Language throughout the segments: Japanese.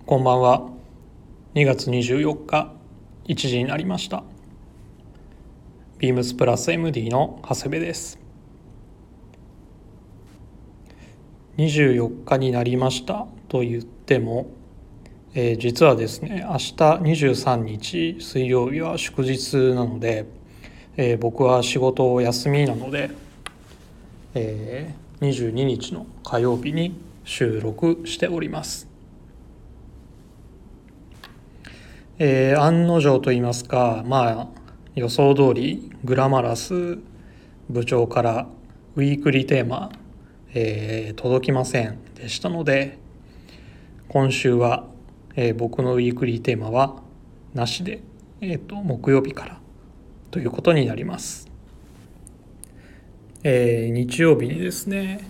こんばんは。2月24日1時になりました。ビームスプラス MD の長谷部です。24日になりましたと言っても、実はですね、明日23日水曜日は祝日なので、僕は仕事を休みなので、22日の火曜日に収録しております。案の定といいますか、予想通りグラマラス部長からウィークリーテーマ、届きませんでしたので、今週は、僕のウィークリーテーマはなしで、木曜日からということになります。日曜日にですね、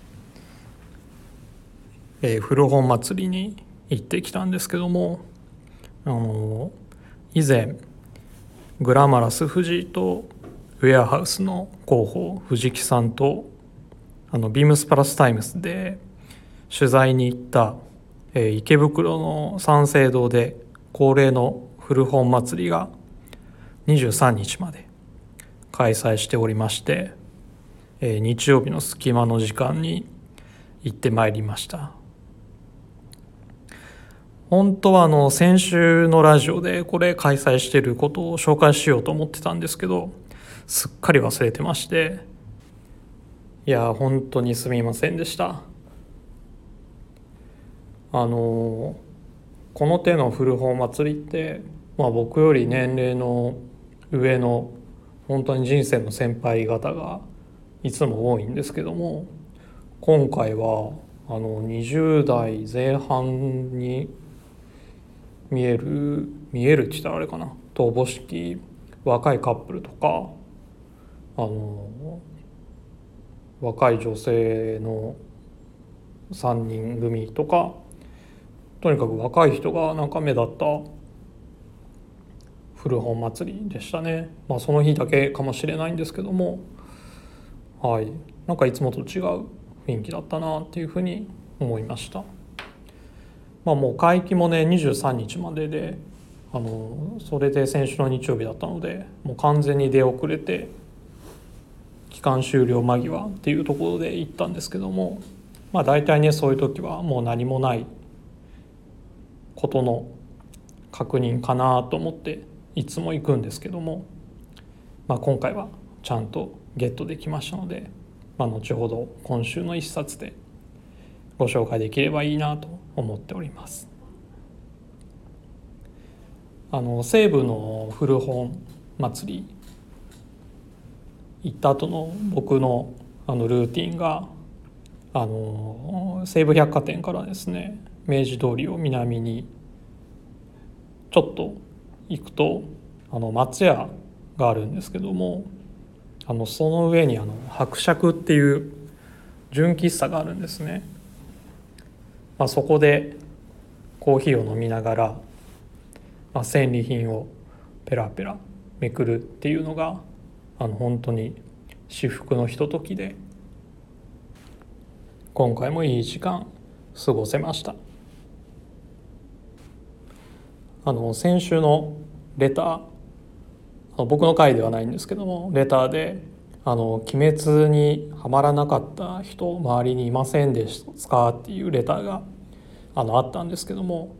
古本祭りに行ってきたんですけども、以前グラマラス藤井とウェアハウスの広報藤木さんとビームスプラスタイムスで取材に行った、池袋の三省堂で恒例の古本祭りが23日まで開催しておりまして、日曜日の隙間の時間に行ってまいりました。本当は先週のラジオでこれ開催していることを紹介しようと思ってたんですけど、すっかり忘れてまして、いや本当にすみませんでした。この手の古本祭りって、僕より年齢の上の本当に人生の先輩方がいつも多いんですけども、今回は20代前半に見えるって言ったらあれかな、としき若いカップルとか若い女性の3人組とか、とにかく若い人が目立った古本祭りでしたね。その日だけかもしれないんですけども、いつもと違う雰囲気だったなっていうふうに思いました。もう会期もね23日までで、それで先週の日曜日だったので、もう完全に出遅れて期間終了間際っていうところで行ったんですけども、大体ねそういう時はもう何もないことの確認かなと思っていつも行くんですけども、今回はちゃんとゲットできましたので、後ほど今週の一冊でご紹介できればいいなと思っております。西部の古本祭り行った後の僕のルーティンが西武百貨店からですね、明治通りを南にちょっと行くと松屋があるんですけども、その上に伯爵っていう純喫茶があるんですね。そこでコーヒーを飲みながら、戦利品をペラペラめくるっていうのが本当に至福のひとときで、今回もいい時間過ごせました。先週のレター、僕の回ではないんですけども、レターで鬼滅にはまらなかった人周りにいませんでしたかっていうレターがあったんですけども、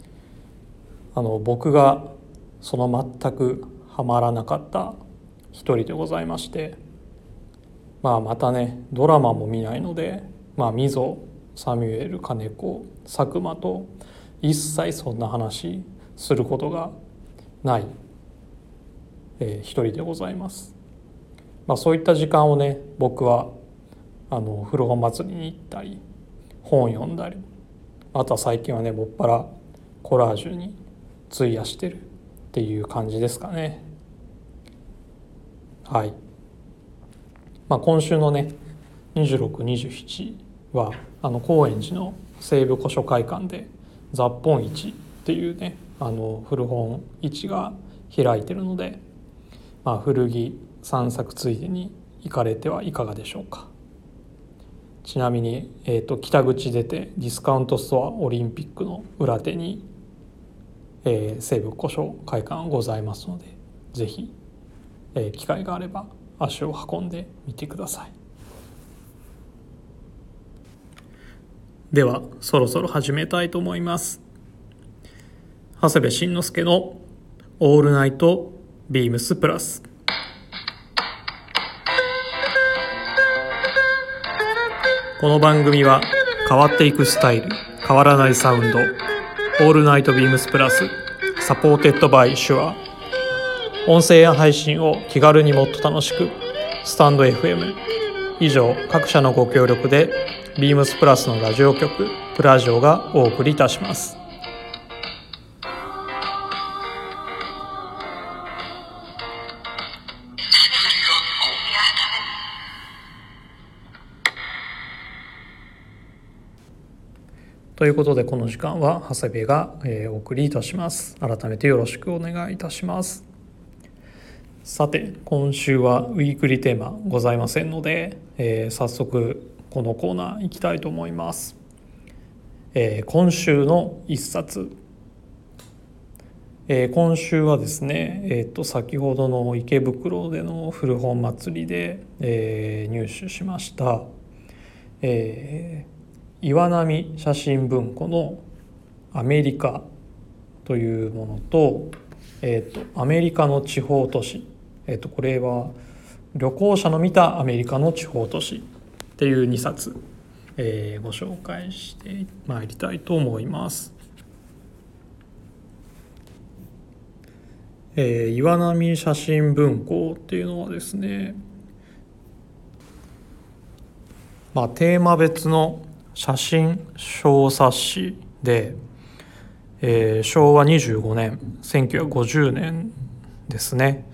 僕がその全くはまらなかった一人でございまして、またねドラマも見ないので、溝、サミュエル、金子、佐久間と一切そんな話することがない、一人でございます。そういった時間をね僕は古本祭りに行ったり本読んだり、あとは最近はねもっぱらコラージュに費やしてるっていう感じですかね。今週のね26、27は高円寺の西武古書会館で雑本市っていうね古本市が開いてるので、古着散策ついでに行かれてはいかがでしょうか。 ちなみに、北口出てディスカウントストアオリンピックの裏手に、西武古書会館ございますので、ぜひ、機会があれば足を運んでみてください。ではそろそろ始めたいと思います。長谷部慎之介のオールナイトビームスプラス。この番組は変わっていくスタイル、変わらないサウンド、オールナイトビームスプラス、サポーテッドバイシュア。音声や配信を気軽にもっと楽しく、スタンド FM。以上各社のご協力でビームスプラスのラジオ局プラジオがお送りいたします。ということで、この時間は長谷部がお送りいたします。改めてよろしくお願いいたします。さて、今週はウィークリーテーマございませんので、早速このコーナー行きたいと思います。今週の一冊、今週はですね、先ほどの池袋での古本祭りで、入手しました、岩波写真文庫のアメリカというものと、アメリカの地方都市、これは旅行者の見たアメリカの地方都市っていう2冊、ご紹介してまいりたいと思います。岩波写真文庫っていうのはですね、テーマ別の写真小冊子で、昭和25年1950年ですね、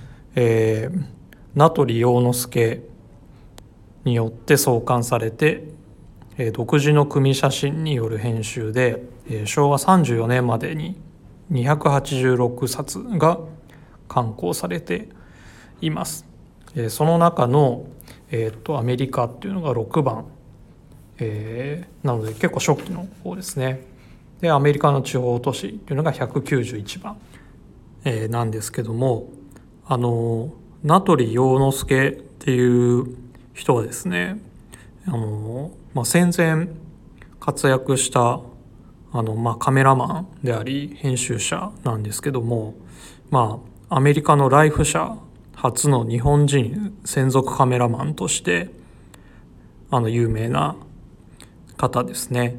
名取陽之介によって創刊されて、独自の組写真による編集で、昭和34年までに286冊が刊行されています。その中の、アメリカっていうのが6番、なので結構初期の方ですね。で、アメリカの地方都市っていうのが191番、なんですけども、名取陽之介っていう人はですね、戦前活躍したカメラマンであり編集者なんですけども、アメリカのライフ社初の日本人専属カメラマンとして有名な方ですね。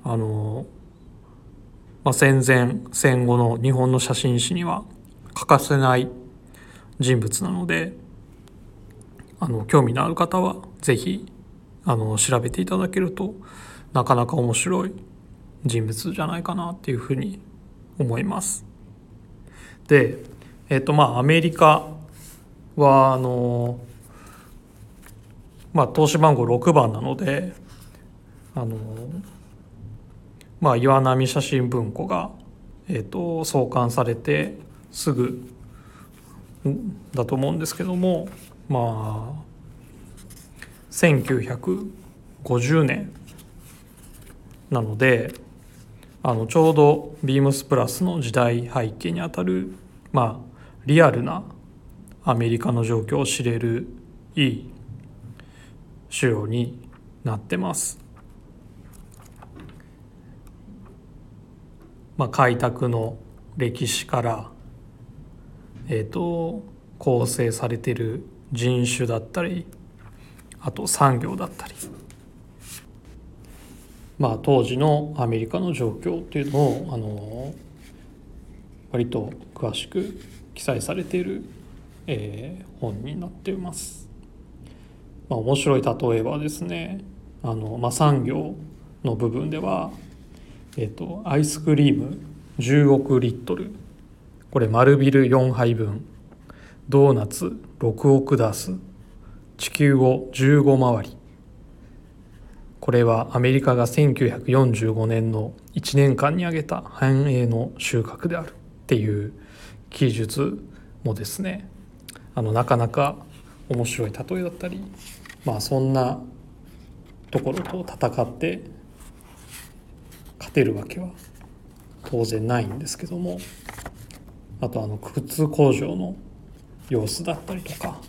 戦前戦後の日本の写真史には欠かせない人物なので、興味のある方はぜひ調べていただけるとなかなか面白い人物じゃないかなっていうふうに思います。で、アメリカは投資番号6番なので、岩波写真文庫が、創刊されてすぐだと思うんですけども、1950年なので、ちょうどビームスプラスの時代背景にあたる、リアルなアメリカの状況を知れるいい資料になってます。開拓の歴史から、構成されている人種だったり、あと産業だったり、当時のアメリカの状況っていうのを割と詳しく記載されている、本になっています。面白い例えばですね、産業の部分では、アイスクリーム10億リットル、これ丸ビル4杯分、ドーナツ6億ダース、地球を15回り。これはアメリカが1945年の1年間に上げた繁栄の収穫であるっていう記述もですね、なかなか面白い例えだったり、そんなところと戦って勝てるわけは当然ないんですけども、あと靴工場の様子だったりとか、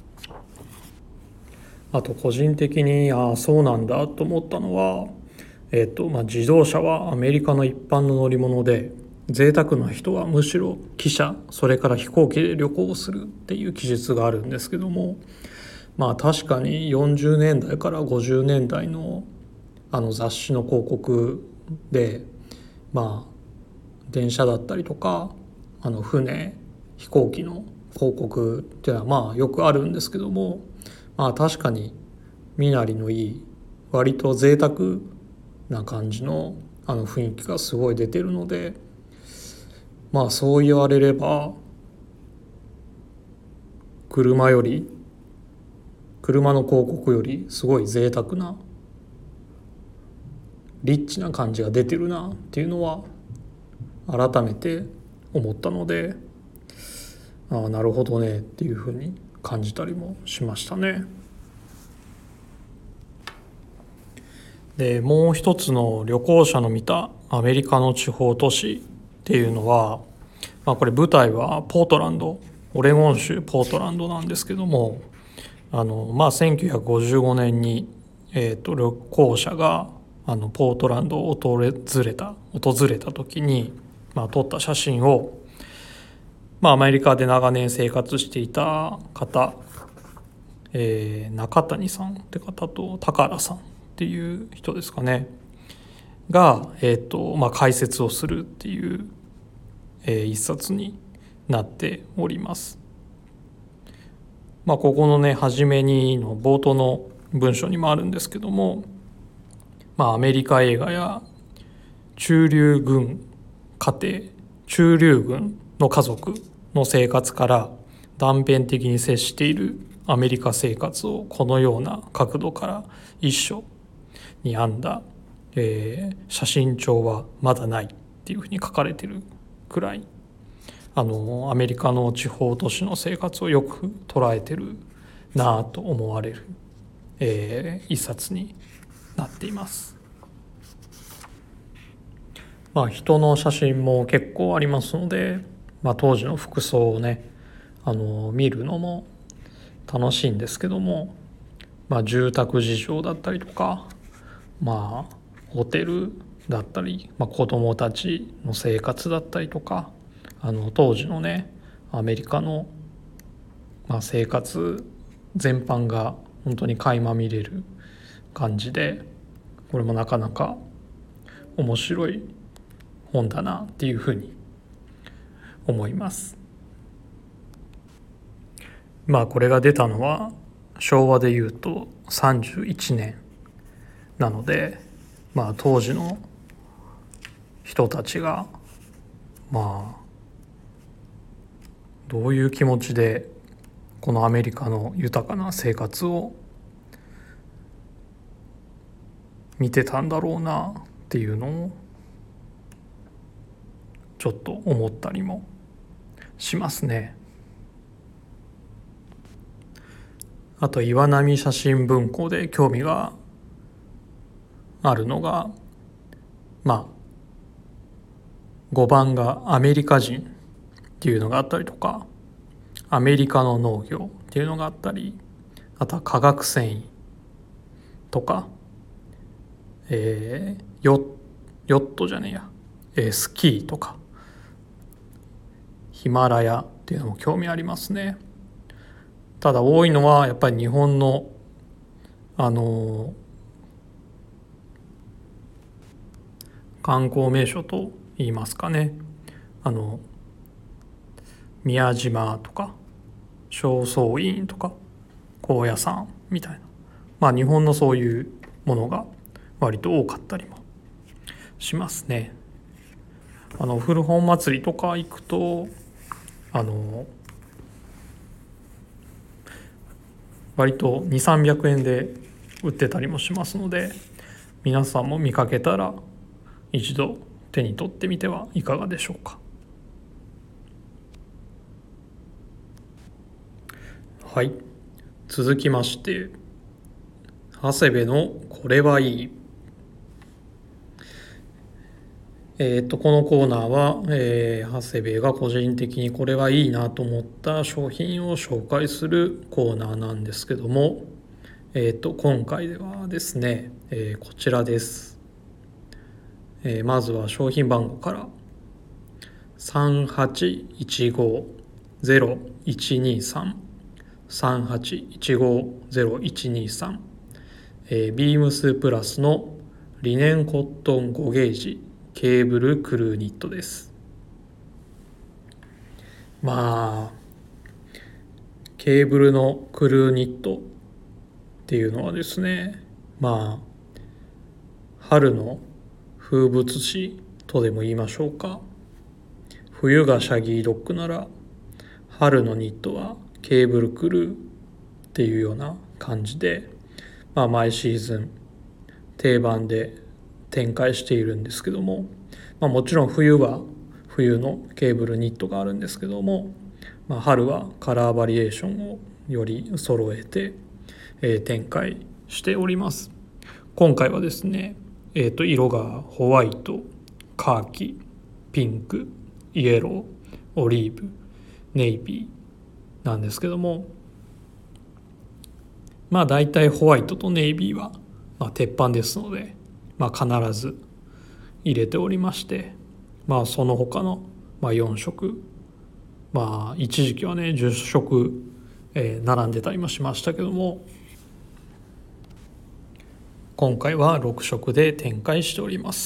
あと個人的にそうなんだと思ったのは、自動車はアメリカの一般の乗り物で、贅沢な人はむしろ汽車、それから飛行機で旅行をするっていう記述があるんですけども、確かに40年代から50年代の雑誌の広告で、電車だったりとか船、飛行機の広告っていうのはよくあるんですけども、確かに身なりのいい割と贅沢な感じの雰囲気がすごい出てるので、そう言われれば車の広告よりすごい贅沢なリッチな感じが出てるなっていうのは改めて思ったので、なるほどねっていうふうに感じたりもしましたね。でもう一つの旅行者の見たアメリカの地方都市っていうのは、これ舞台はポートランド、オレゴン州ポートランドなんですけども、1955年に、旅行者がポートランドを訪れた時に、撮った写真を、アメリカで長年生活していた方、中谷さんって方と高良さんっていう人ですかねが、解説をするっていう、一冊になっております。ここのね初めにの冒頭の文章にもあるんですけども、アメリカ映画や中流軍の家族の生活から断片的に接しているアメリカ生活をこのような角度から一書に編んだ、写真帳はまだないっていうふうに書かれているくらい、アメリカの地方都市の生活をよく捉えてるなぁと思われる、一冊になっています。人の写真も結構ありますので、当時の服装をね見るのも楽しいんですけども、住宅事情だったりとか、ホテルだったり、子どもたちの生活だったりとか、当時のねアメリカの、生活全般が本当に垣間見れる感じで、これもなかなか面白い本だなっていうふうに思います。これが出たのは昭和でいうと31年なので、当時の人たちがどういう気持ちでこのアメリカの豊かな生活を見てたんだろうなっていうのをちょっと思ったりもしますね。あと岩波写真文庫で興味があるのが、5番がアメリカ人っていうのがあったりとか、アメリカの農業っていうのがあったり、あとは化学繊維とか、ヨットじゃねえや、スキーとかヒマラヤっていうのも興味ありますね。ただ多いのはやっぱり日本の観光名所といいますかね、宮島とか正倉院とか高野山みたいな、日本のそういうものが割と多かったりもしますね。古本祭りとか行くと割と2、300円で売ってたりもしますので、皆さんも見かけたら一度手に取ってみてはいかがでしょうか。はい、続きまして長谷部のこれはいい。このコーナーは、長谷部が個人的にこれはいいなと思った商品を紹介するコーナーなんですけども、今回ではですね、こちらです。まずは商品番号から3815-0123 3815-0123、ビームスプラスのリネンコットン5ゲージケーブルクルーニットです。ケーブルのクルーニットっていうのはですね、春の風物詩とでも言いましょうか。冬がシャギードッグなら春のニットはケーブルクルーっていうような感じで、毎シーズン定番で展開しているんですけども、もちろん冬は冬のケーブルニットがあるんですけども、春はカラーバリエーションをより揃えて、展開しております。今回はですね、色がホワイト、カーキ、ピンク、イエロー、オリーブ、ネイビーなんですけども、だいたいホワイトとネイビーは、鉄板ですので、必ず入れておりまして、その他の、4色、一時期はね10色、並んでたりもしましたけども、今回は6色で展開しております。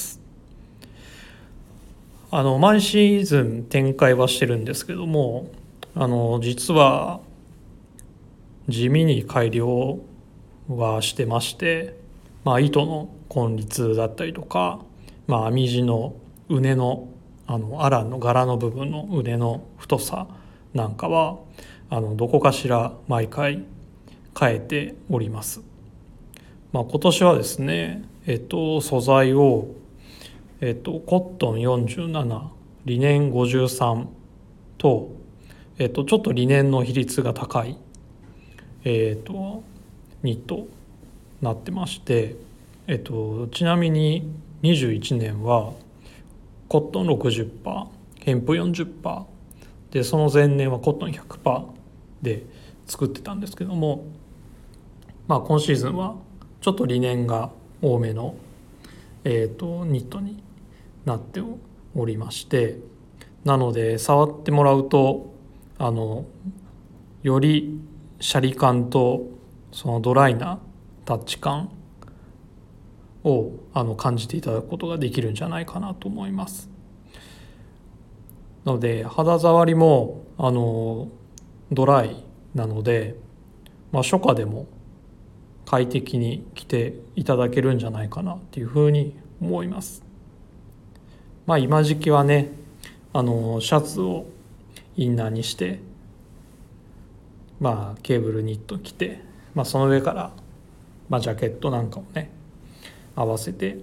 毎シーズン展開はしてるんですけども、実は地味に改良はしてまして、糸の混立だったりとか、編み地の畝のアランの柄の部分の畝の太さなんかはどこかしら毎回変えております。今年はですね、素材を、コットン47、リネン53と、ちょっとリネンの比率が高い、ニットなってまして、ちなみに21年はコットン 60%、ヘンプ 40% で、その前年はコットン 100% で作ってたんですけども、今シーズンはちょっとリネンが多めの、ニットになっておりまして、なので触ってもらうとよりシャリ感とそのドライなタッチ感を感じていただくことができるんじゃないかなと思います。なので肌触りもドライなので、初夏でも快適に着ていただけるんじゃないかなっていうふうに思います。今時期はねシャツをインナーにして、ケーブルニット着て、その上から、ジャケットなんかもね合わせて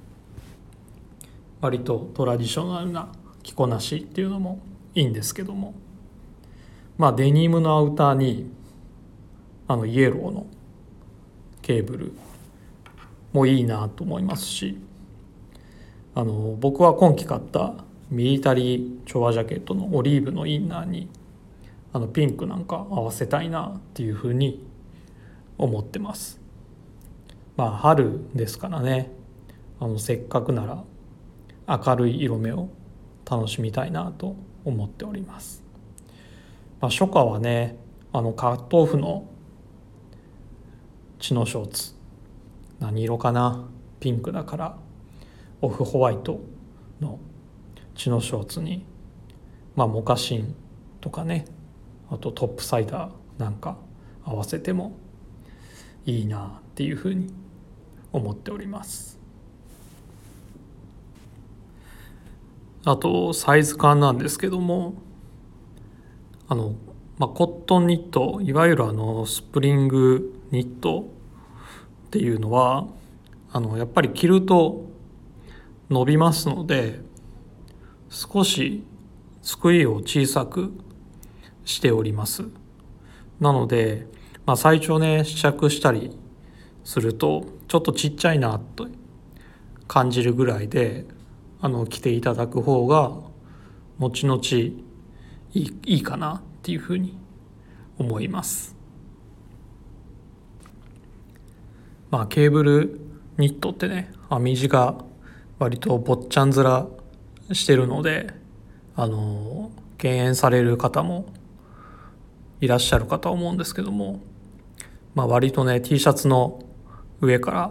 割とトラディショナルな着こなしっていうのもいいんですけども、デニムのアウターにイエローのケーブルもいいなと思いますし、僕は今季買ったミリタリーチョワジャケットのオリーブのインナーにピンクなんか合わせたいなっていうふうに思ってます。春ですからね、せっかくなら明るい色目を楽しみたいなと思っております。初夏はねカットオフのチノショーツ、何色かな、ピンクだからオフホワイトのチノショーツに、モカシンとかね、あとトップサイダーなんか合わせてもいいなっていうふうに思っております。あとサイズ感なんですけども、コットンニット、いわゆるスプリングニットっていうのはやっぱり着ると伸びますので、少しすくいを小さくしております。なので、最初ね試着したりするとちょっとちっちゃいなと感じるぐらいで着ていただく方が後々いいかなっていうふうに思います。ケーブルニットってね、編み地が割と坊っちゃん面してるので敬遠される方もいらっしゃるかと思うんですけども、割とね T シャツの上から、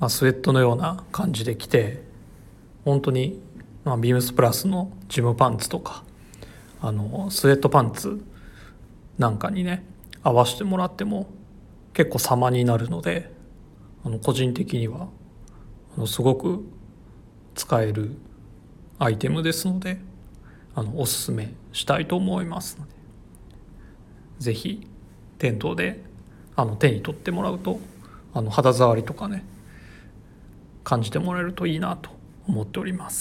スウェットのような感じで着て、本当に、ビームスプラスのジムパンツとかスウェットパンツなんかにね合わせてもらっても結構様になるので、個人的にはすごく使えるアイテムですのでおすすめしたいと思いますので、ぜひ店頭で手に取ってもらうと肌触りとかね感じてもらえるといいなと思っております。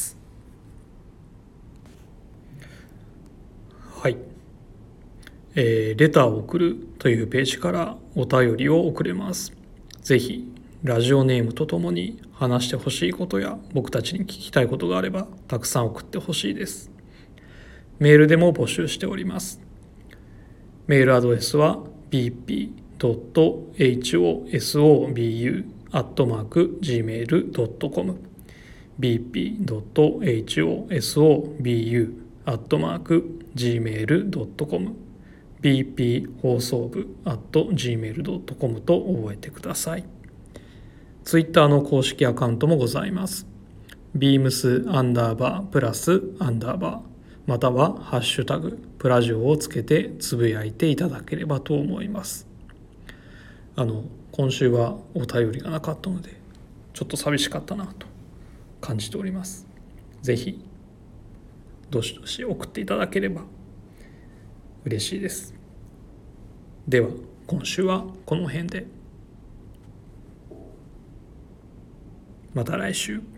はい、レターを送るというページからお便りを送れます。ぜひラジオネームとともに話してほしいことや僕たちに聞きたいことがあればたくさん送ってほしいです。メールでも募集しております。メールアドレスは bp.hosobu@gmail.com bp.hosobu@gmail.com bp 放送部 @gmail.com と覚えてください。ツイッターの公式アカウントもございます。beams_+_ またはハッシュタグプラジオをつけてつぶやいていただければと思います。今週はお便りがなかったのでちょっと寂しかったなと感じております。ぜひどしどし送っていただければ嬉しいです。では今週はこの辺で、また来週。